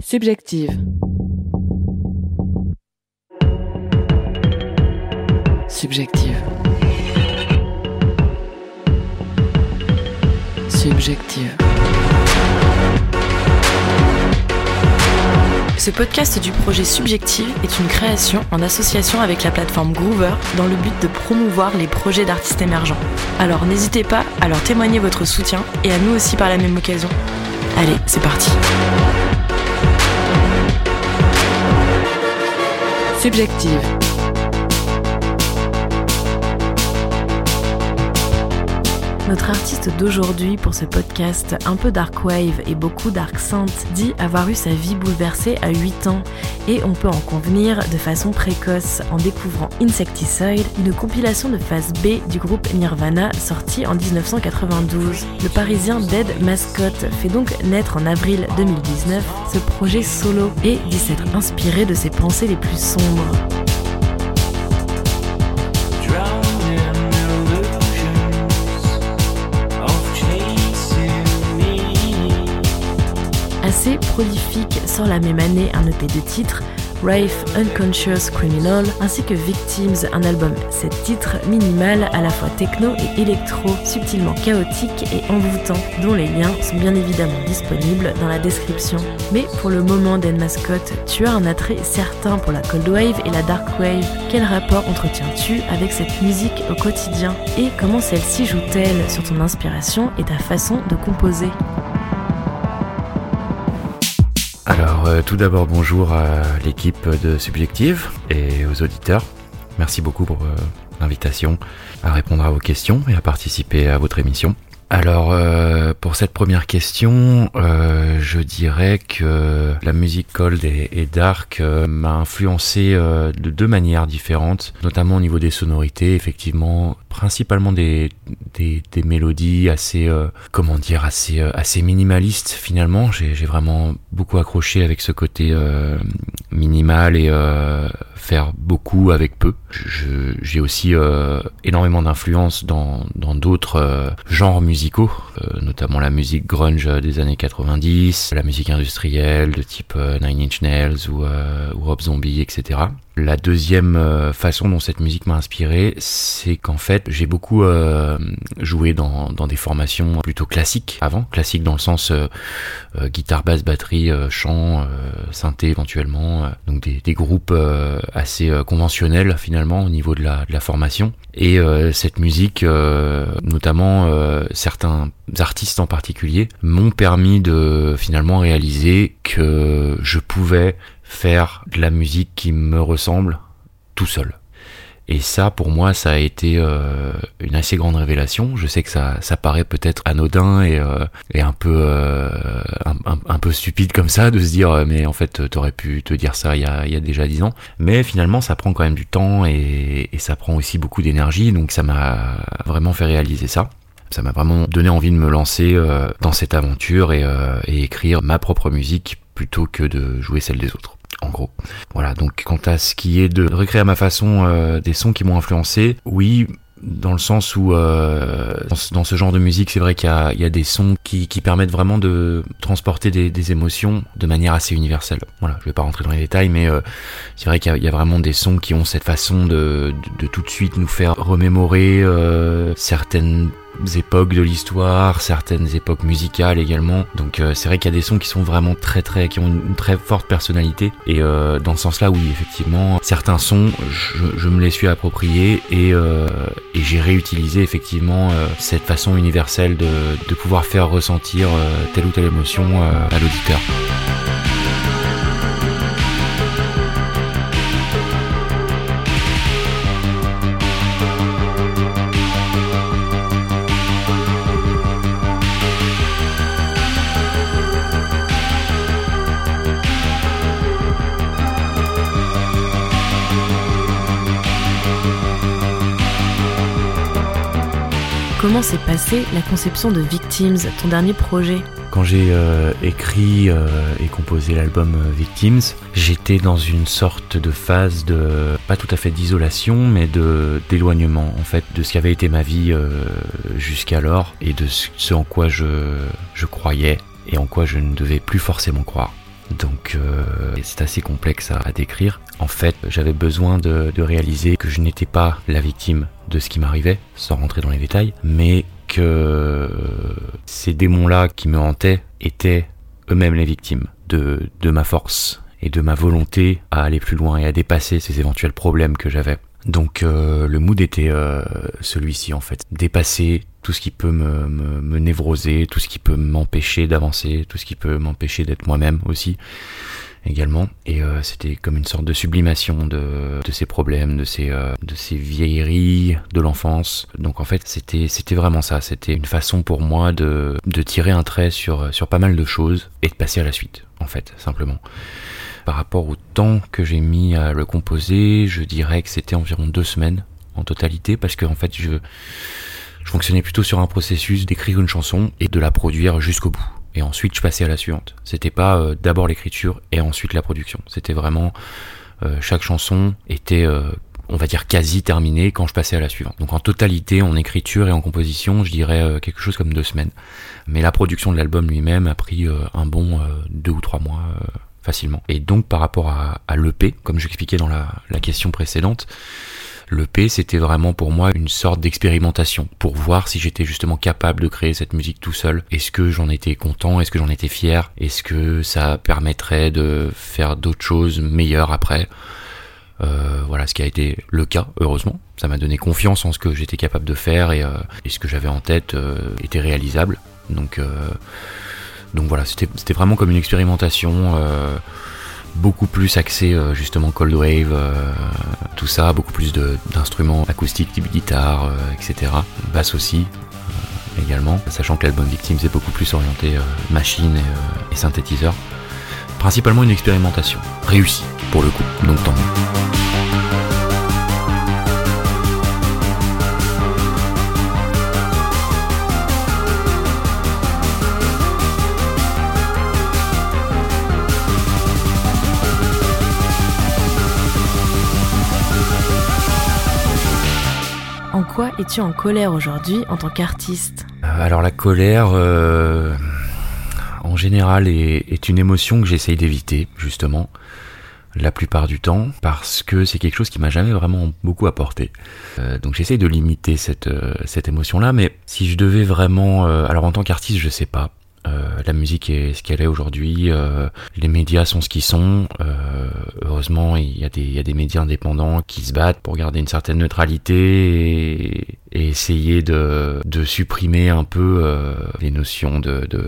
Subjective. Subjective. Subjective. Ce podcast du projet Subjective est une création en association avec la plateforme Groover dans le but de promouvoir les projets d'artistes émergents. Alors n'hésitez pas à leur témoigner votre soutien et à nous aussi par la même occasion. Allez, c'est parti. Subjective. Notre artiste d'aujourd'hui pour ce podcast un peu dark wave et beaucoup dark synth dit avoir eu sa vie bouleversée à 8 ans et on peut en convenir de façon précoce en découvrant Insecticide, une compilation de phase B du groupe Nirvana sortie en 1992. Le parisien Dead Mascot fait donc naître en avril 2019 ce projet solo et dit s'être inspiré de ses pensées les plus sombres. Assez prolifique sort la même année un EP de titres, Rafe Unconscious Criminal, ainsi que Victims, un album 7 titres minimal à la fois techno et électro, subtilement chaotique et envoûtant, dont les liens sont bien évidemment disponibles dans la description. Mais pour le moment, Dead Mascot, tu as un attrait certain pour la cold wave et la dark wave. Quel rapport entretiens-tu avec cette musique au quotidien et comment celle-ci joue-t-elle sur ton inspiration et ta façon de composer ? Alors tout d'abord bonjour à l'équipe de Subjective et aux auditeurs. Merci beaucoup pour l'invitation à répondre à vos questions et à participer à votre émission. Alors pour cette première question, je dirais que la musique cold et dark m'a influencé de deux manières différentes, notamment au niveau des sonorités, effectivement, principalement des mélodies assez assez minimalistes finalement. J'ai vraiment beaucoup accroché avec ce côté minimal et faire beaucoup avec peu. J'ai aussi énormément d'influence dans d'autres genres musicaux, notamment la musique grunge des années 90, la musique industrielle de type Nine Inch Nails ou Rob Zombie, etc. La deuxième façon dont cette musique m'a inspiré, c'est qu'en fait, j'ai beaucoup joué dans des formations plutôt classiques avant. Classique dans le sens guitare, basse, batterie, chant, synthé éventuellement. Donc des groupes assez conventionnels finalement au niveau de la formation. Et cette musique, notamment certains artistes en particulier, m'ont permis de finalement réaliser que je pouvais faire de la musique qui me ressemble tout seul. Et ça, pour moi, ça a été une assez grande révélation. Je sais que ça paraît peut-être anodin et un peu stupide comme ça de se dire mais en fait t'aurais pu te dire ça il y a déjà 10 ans. Mais finalement, ça prend quand même du temps et ça prend aussi beaucoup d'énergie. Donc ça m'a vraiment fait réaliser ça. Ça m'a vraiment donné envie de me lancer dans cette aventure et écrire ma propre musique plutôt que de jouer celle des autres. En gros. Voilà, donc quant à ce qui est de recréer à ma façon des sons qui m'ont influencé, oui, dans le sens où dans ce genre de musique, c'est vrai qu'il y a des sons qui permettent vraiment de transporter des émotions de manière assez universelle. Voilà, je vais pas rentrer dans les détails, mais c'est vrai qu'il y a vraiment des sons qui ont cette façon de tout de suite nous faire remémorer certaines époques de l'histoire, certaines époques musicales également. Donc c'est vrai qu'il y a des sons qui sont vraiment qui ont une très forte personnalité. Et dans ce sens-là, oui, effectivement, certains sons, je me les suis appropriés et j'ai réutilisé effectivement cette façon universelle de pouvoir faire ressentir telle ou telle émotion à l'auditeur. Comment s'est passée la conception de Victims, ton dernier projet ? Quand j'ai écrit et composé l'album Victims, j'étais dans une sorte de phase de, pas tout à fait d'isolation, mais d'éloignement en fait de ce qu'avait été ma vie jusqu'alors et de ce en quoi je croyais et en quoi je ne devais plus forcément croire. Donc c'est assez complexe à décrire. En fait, j'avais besoin de réaliser que je n'étais pas la victime de ce qui m'arrivait, sans rentrer dans les détails, mais que ces démons-là qui me hantaient étaient eux-mêmes les victimes de ma force et de ma volonté à aller plus loin et à dépasser ces éventuels problèmes que j'avais. Donc le mood était celui-ci en fait, dépasser tout ce qui peut me névroser, tout ce qui peut m'empêcher d'avancer, tout ce qui peut m'empêcher d'être moi-même aussi également. Et c'était comme une sorte de sublimation de ces problèmes, de ces vieilleries de l'enfance. Donc en fait c'était vraiment ça, c'était une façon pour moi de tirer un trait sur pas mal de choses et de passer à la suite en fait, simplement. Par rapport au temps que j'ai mis à le composer, je dirais que c'était environ 2 semaines en totalité, parce que en fait je fonctionnais plutôt sur un processus d'écrire une chanson et de la produire jusqu'au bout. Et ensuite je passais à la suivante. C'était pas d'abord l'écriture et ensuite la production. C'était vraiment chaque chanson était on va dire quasi terminée quand je passais à la suivante. Donc en totalité, en écriture et en composition, je dirais quelque chose comme 2 semaines. Mais la production de l'album lui-même a pris un bon 2 ou 3 mois facilement. Et donc par rapport à l'EP, comme j'expliquais dans la question précédente, l'EP c'était vraiment pour moi une sorte d'expérimentation pour voir si j'étais justement capable de créer cette musique tout seul. Est-ce que j'en étais content? Est-ce que j'en étais fier? Est-ce que ça permettrait de faire d'autres choses meilleures après? Voilà, ce qui a été le cas, heureusement. Ça m'a donné confiance en ce que j'étais capable de faire et ce que j'avais en tête était réalisable. Donc voilà, c'était vraiment comme une expérimentation, beaucoup plus axée justement cold wave, tout ça, beaucoup plus d'instruments acoustiques type guitare, etc. Basse aussi, également, sachant que l'album Victims est beaucoup plus orienté machine et synthétiseur. Principalement une expérimentation, réussie pour le coup, donc tant mieux. En quoi es-tu en colère aujourd'hui en tant qu'artiste ? Alors la colère, en général, est une émotion que j'essaye d'éviter, justement, la plupart du temps, parce que c'est quelque chose qui m'a jamais vraiment beaucoup apporté. Donc j'essaye de limiter cette émotion-là, mais si je devais vraiment... alors en tant qu'artiste, je sais pas. La musique est ce qu'elle est aujourd'hui, les médias sont ce qu'ils sont, heureusement il y a des médias indépendants qui se battent pour garder une certaine neutralité et essayer de supprimer un peu les notions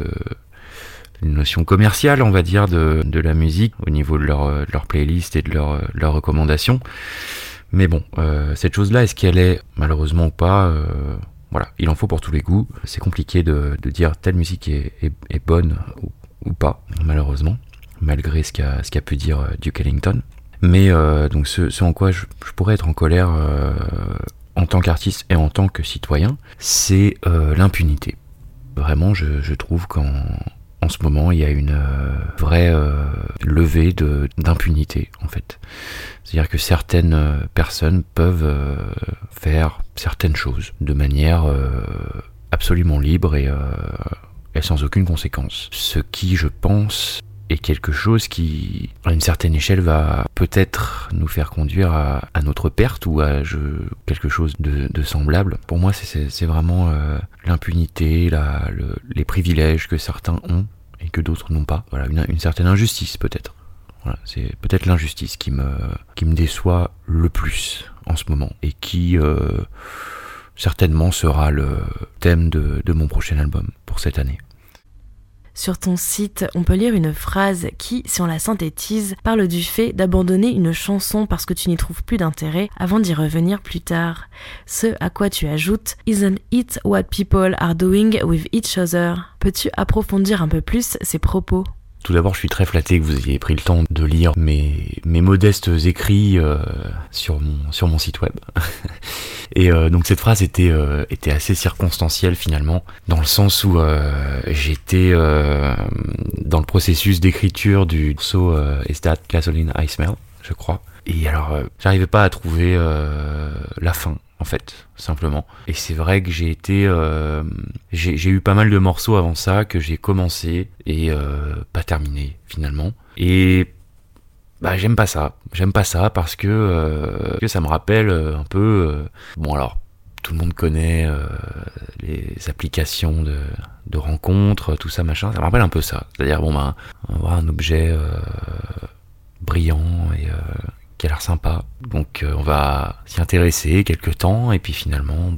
une notion commerciale, on va dire, de la musique au niveau de leur playlist et de leurs recommandations. Mais bon, cette chose-là, est-ce qu'elle est malheureusement ou pas voilà, il en faut pour tous les goûts. C'est compliqué de dire telle musique est bonne ou pas, malheureusement, malgré ce qu'a pu dire Duke Ellington. Mais donc ce en quoi je pourrais être en colère en tant qu'artiste et en tant que citoyen, c'est l'impunité. Vraiment, je trouve qu'en ce moment, il y a une vraie levée d'impunité, en fait. C'est-à-dire que certaines personnes peuvent faire certaines choses de manière absolument libre et sans aucune conséquence. Ce qui, je pense, est quelque chose qui, à une certaine échelle, va peut-être nous faire conduire à notre perte ou à quelque chose de semblable. Pour moi, c'est vraiment l'impunité, les privilèges que certains ont et que d'autres n'ont pas. Voilà, une certaine injustice peut-être. Voilà, c'est peut-être l'injustice qui me déçoit le plus en ce moment et qui certainement sera le thème de mon prochain album pour cette année. Sur ton site, on peut lire une phrase qui, si on la synthétise, parle du fait d'abandonner une chanson parce que tu n'y trouves plus d'intérêt avant d'y revenir plus tard. Ce à quoi tu ajoutes « Isn't it what people are doing with each other ?» Peux-tu approfondir un peu plus ces propos ? Tout d'abord, je suis très flatté que vous ayez pris le temps de lire mes modestes écrits sur mon site web. Et donc cette phrase était assez circonstancielle finalement, dans le sens où j'étais dans le processus d'écriture du morceau Is That Gasoline I Smell, je crois. Et alors, j'arrivais pas à trouver la fin en fait, simplement. Et c'est vrai que j'ai eu pas mal de morceaux avant ça que j'ai commencé et pas terminé finalement. Et j'aime pas ça parce que ça me rappelle un peu. Bon alors, tout le monde connaît les applications de rencontres, tout ça machin. Ça me rappelle un peu ça. C'est-à-dire on va avoir un objet brillant et qui a l'air sympa. Donc on va s'y intéresser quelques temps et puis finalement,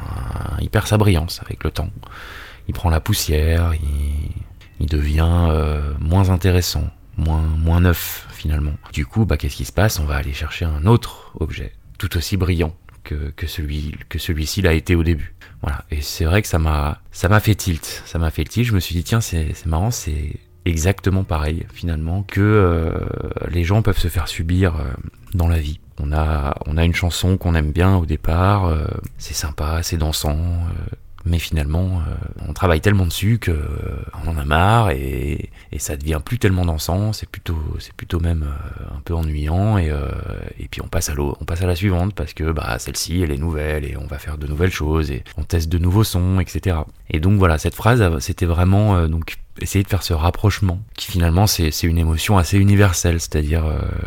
il perd sa brillance avec le temps. Il prend la poussière, il devient moins intéressant, moins neuf finalement. Du coup, qu'est-ce qui se passe ? On va aller chercher un autre objet, tout aussi brillant que celui-ci l'a été au début. Voilà. Et c'est vrai que ça m'a fait tilt. Je me suis dit tiens, c'est marrant, c'est exactement pareil finalement que les gens peuvent se faire subir dans la vie. On a une chanson qu'on aime bien au départ, c'est sympa, c'est dansant, mais finalement on travaille tellement dessus que on en a marre et ça devient plus tellement dansant, c'est plutôt même un peu ennuyant et puis on passe à la suivante parce que celle-ci elle est nouvelle et on va faire de nouvelles choses et on teste de nouveaux sons, etc. Et donc voilà, cette phrase c'était vraiment essayer de faire ce rapprochement qui finalement c'est une émotion assez universelle, c'est-à-dire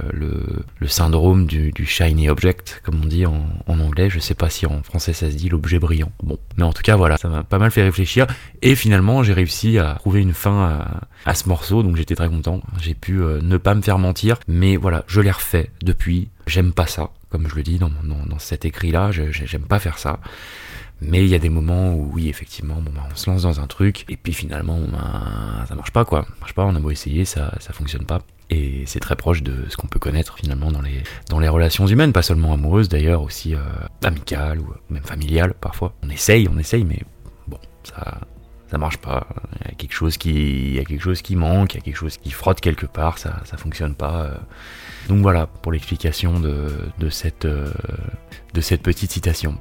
le syndrome du shiny object comme on dit en anglais. Je sais pas si en français ça se dit l'objet brillant. Bon, mais en tout cas voilà, ça m'a pas mal fait réfléchir et finalement j'ai réussi à trouver une fin à ce morceau, donc j'étais très content. J'ai pu ne pas me faire mentir, mais voilà, je l'ai refait depuis. J'aime pas ça, comme je le dis dans cet écrit là, j'aime pas faire ça. Mais il y a des moments où oui, effectivement, on se lance dans un truc et puis finalement ça marche pas quoi. Ça marche pas, on a beau essayer, ça fonctionne pas. Et c'est très proche de ce qu'on peut connaître finalement dans les relations humaines, pas seulement amoureuses d'ailleurs, aussi amicales ou même familiales parfois. On essaye, mais bon, ça marche pas. Il y a quelque chose qui manque, il y a quelque chose qui frotte quelque part, ça fonctionne pas. Donc voilà pour l'explication de cette petite citation.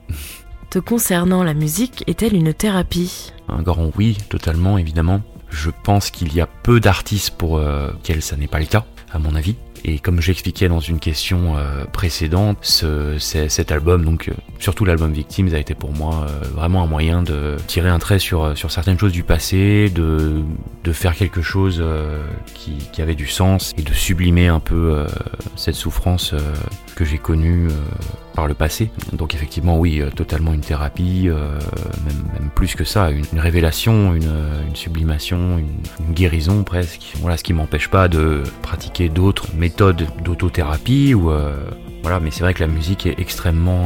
Te concernant, la musique est-elle une thérapie ? Un grand oui, totalement, évidemment. Je pense qu'il y a peu d'artistes pour lesquels ça n'est pas le cas, à mon avis. Et comme je l'expliquais dans une question précédente, cet album, donc surtout l'album Victims, a été pour moi vraiment un moyen de tirer un trait sur certaines choses du passé, de faire quelque chose qui avait du sens et de sublimer un peu cette souffrance que j'ai connue par le passé. Donc effectivement oui, totalement une thérapie, même plus que ça, une révélation, une sublimation, une guérison presque. Voilà, ce qui m'empêche pas de pratiquer d'autres méthodes d'autothérapie ou voilà, mais c'est vrai que la musique est extrêmement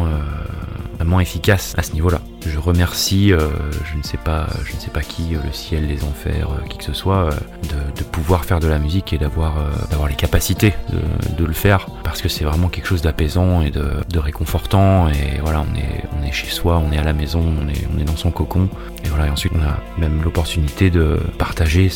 efficace à ce niveau-là. Je remercie, je ne sais pas qui, le ciel, les enfers, qui que ce soit, de pouvoir faire de la musique et d'avoir les capacités de le faire, parce que c'est vraiment quelque chose d'apaisant et de réconfortant. Et voilà, on est chez soi, on est à la maison, on est dans son cocon. Et voilà, et ensuite on a même l'opportunité de partager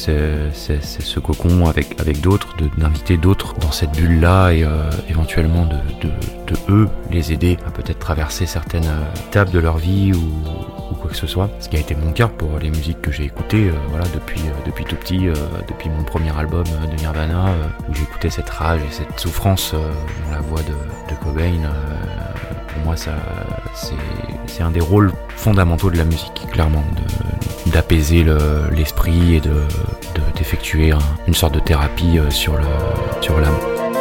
ce cocon avec d'autres, d'inviter d'autres dans cette bulle-là et éventuellement de eux les aider à peut-être traverser certaines étapes de leur vie ou quoi que ce soit. Ce qui a été mon cas pour les musiques que j'ai écoutées voilà, depuis tout petit, depuis mon premier album de Nirvana, où j'écoutais cette rage et cette souffrance dans la voix de Cobain. Pour moi, ça, c'est un des rôles fondamentaux de la musique, clairement, d'apaiser l'esprit et d'effectuer une sorte de thérapie sur l'âme.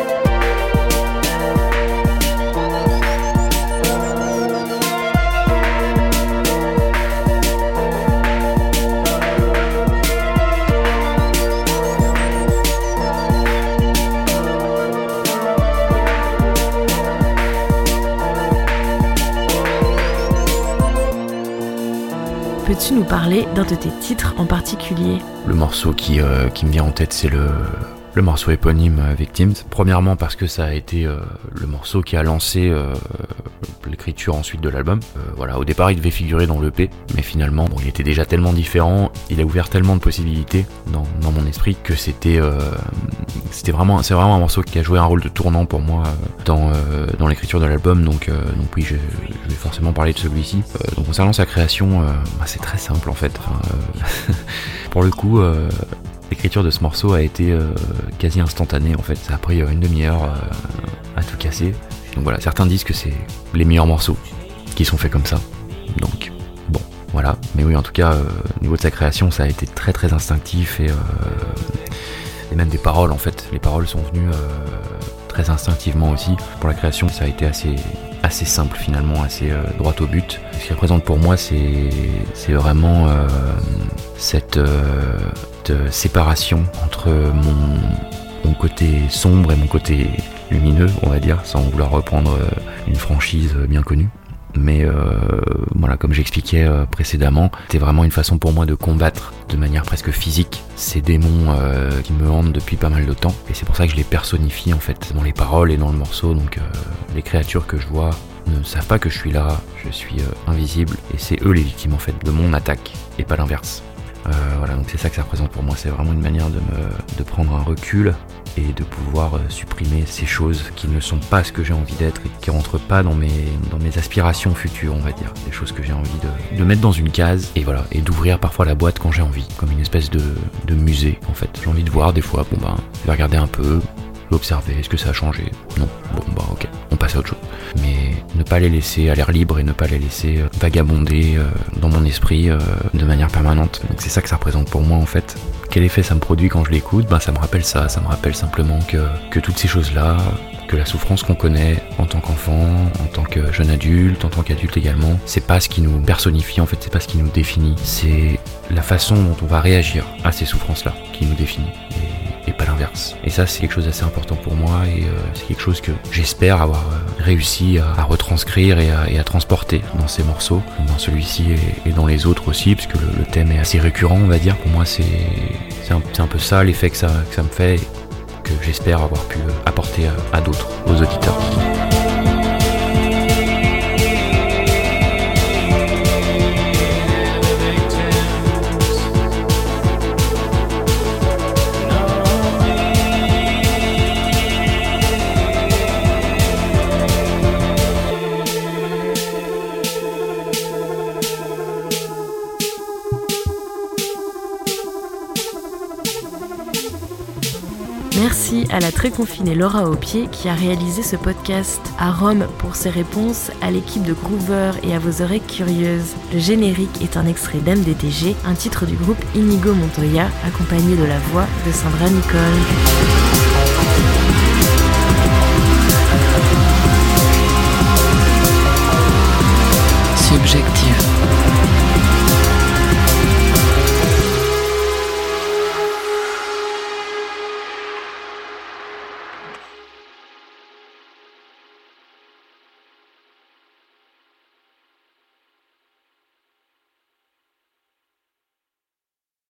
Peux-tu nous parler d'un de tes titres en particulier ? Le morceau qui me vient en tête, c'est le morceau éponyme Victims. Premièrement parce que ça a été le morceau qui a lancé l'écriture ensuite de l'album. Voilà, au départ il devait figurer dans l'EP, mais finalement il était déjà tellement différent, il a ouvert tellement de possibilités dans mon esprit que c'est vraiment un morceau qui a joué un rôle de tournant pour moi dans l'écriture de l'album. Donc oui, je vais forcément parler de celui-ci. Donc concernant sa création, c'est très simple en fait. Pour le coup, l'écriture de ce morceau a été quasi instantanée en fait. Ça a pris une demi-heure à tout casser. Donc voilà, certains disent que c'est les meilleurs morceaux qui sont faits comme ça. Donc bon, voilà. Mais oui, en tout cas, au niveau de sa création, ça a été très très instinctif et même des paroles en fait. Les paroles sont venues très instinctivement aussi. Pour la création, ça a été assez simple finalement, assez droit au but. Ce qui représente pour moi, c'est vraiment cette séparation entre mon côté sombre et mon côté lumineux, on va dire, sans vouloir reprendre une franchise bien connue. Mais voilà, comme j'expliquais précédemment, c'était vraiment une façon pour moi de combattre de manière presque physique ces démons qui me hantent depuis pas mal de temps. Et c'est pour ça que je les personnifie en fait dans les paroles et dans le morceau. Donc les créatures que je vois ne savent pas que je suis là, je suis invisible. Et c'est eux les victimes en fait de mon attaque et pas l'inverse. Voilà, donc c'est ça que ça représente pour moi. C'est vraiment une manière de prendre un recul et de pouvoir supprimer ces choses qui ne sont pas ce que j'ai envie d'être et qui rentrent pas dans mes aspirations futures, on va dire. Des choses que j'ai envie de mettre dans une case et voilà, et d'ouvrir parfois la boîte quand j'ai envie, comme une espèce de musée en fait. J'ai envie de voir des fois, je vais regarder un peu, l'observer, est-ce que ça a changé? Non, ok, on passe à autre chose. Mais ne pas les laisser à l'air libre et ne pas les laisser vagabonder dans mon esprit de manière permanente. Donc c'est ça que ça représente pour moi en fait. Quel effet ça me produit quand je l'écoute? Ça me rappelle ça me rappelle simplement que toutes ces choses-là, que la souffrance qu'on connaît en tant qu'enfant, en tant que jeune adulte, en tant qu'adulte également, c'est pas ce qui nous personnifie en fait, c'est pas ce qui nous définit, c'est la façon dont on va réagir à ces souffrances-là qui nous définit. Et pas l'inverse. Et ça, c'est quelque chose d'assez important pour moi et c'est quelque chose que j'espère avoir réussi à retranscrire et à transporter dans ces morceaux, dans celui-ci et dans les autres aussi, puisque le thème est assez récurrent, on va dire. Pour moi, c'est un peu ça l'effet que ça me fait, que j'espère avoir pu apporter à d'autres, aux auditeurs. Merci à la très confinée Laura Aupier qui a réalisé ce podcast, à Rome pour ses réponses, à l'équipe de Groover et à vos oreilles curieuses. Le générique est un extrait d'MDTG, un titre du groupe Inigo Montoya, accompagné de la voix de Sandra Nicole. Subjective.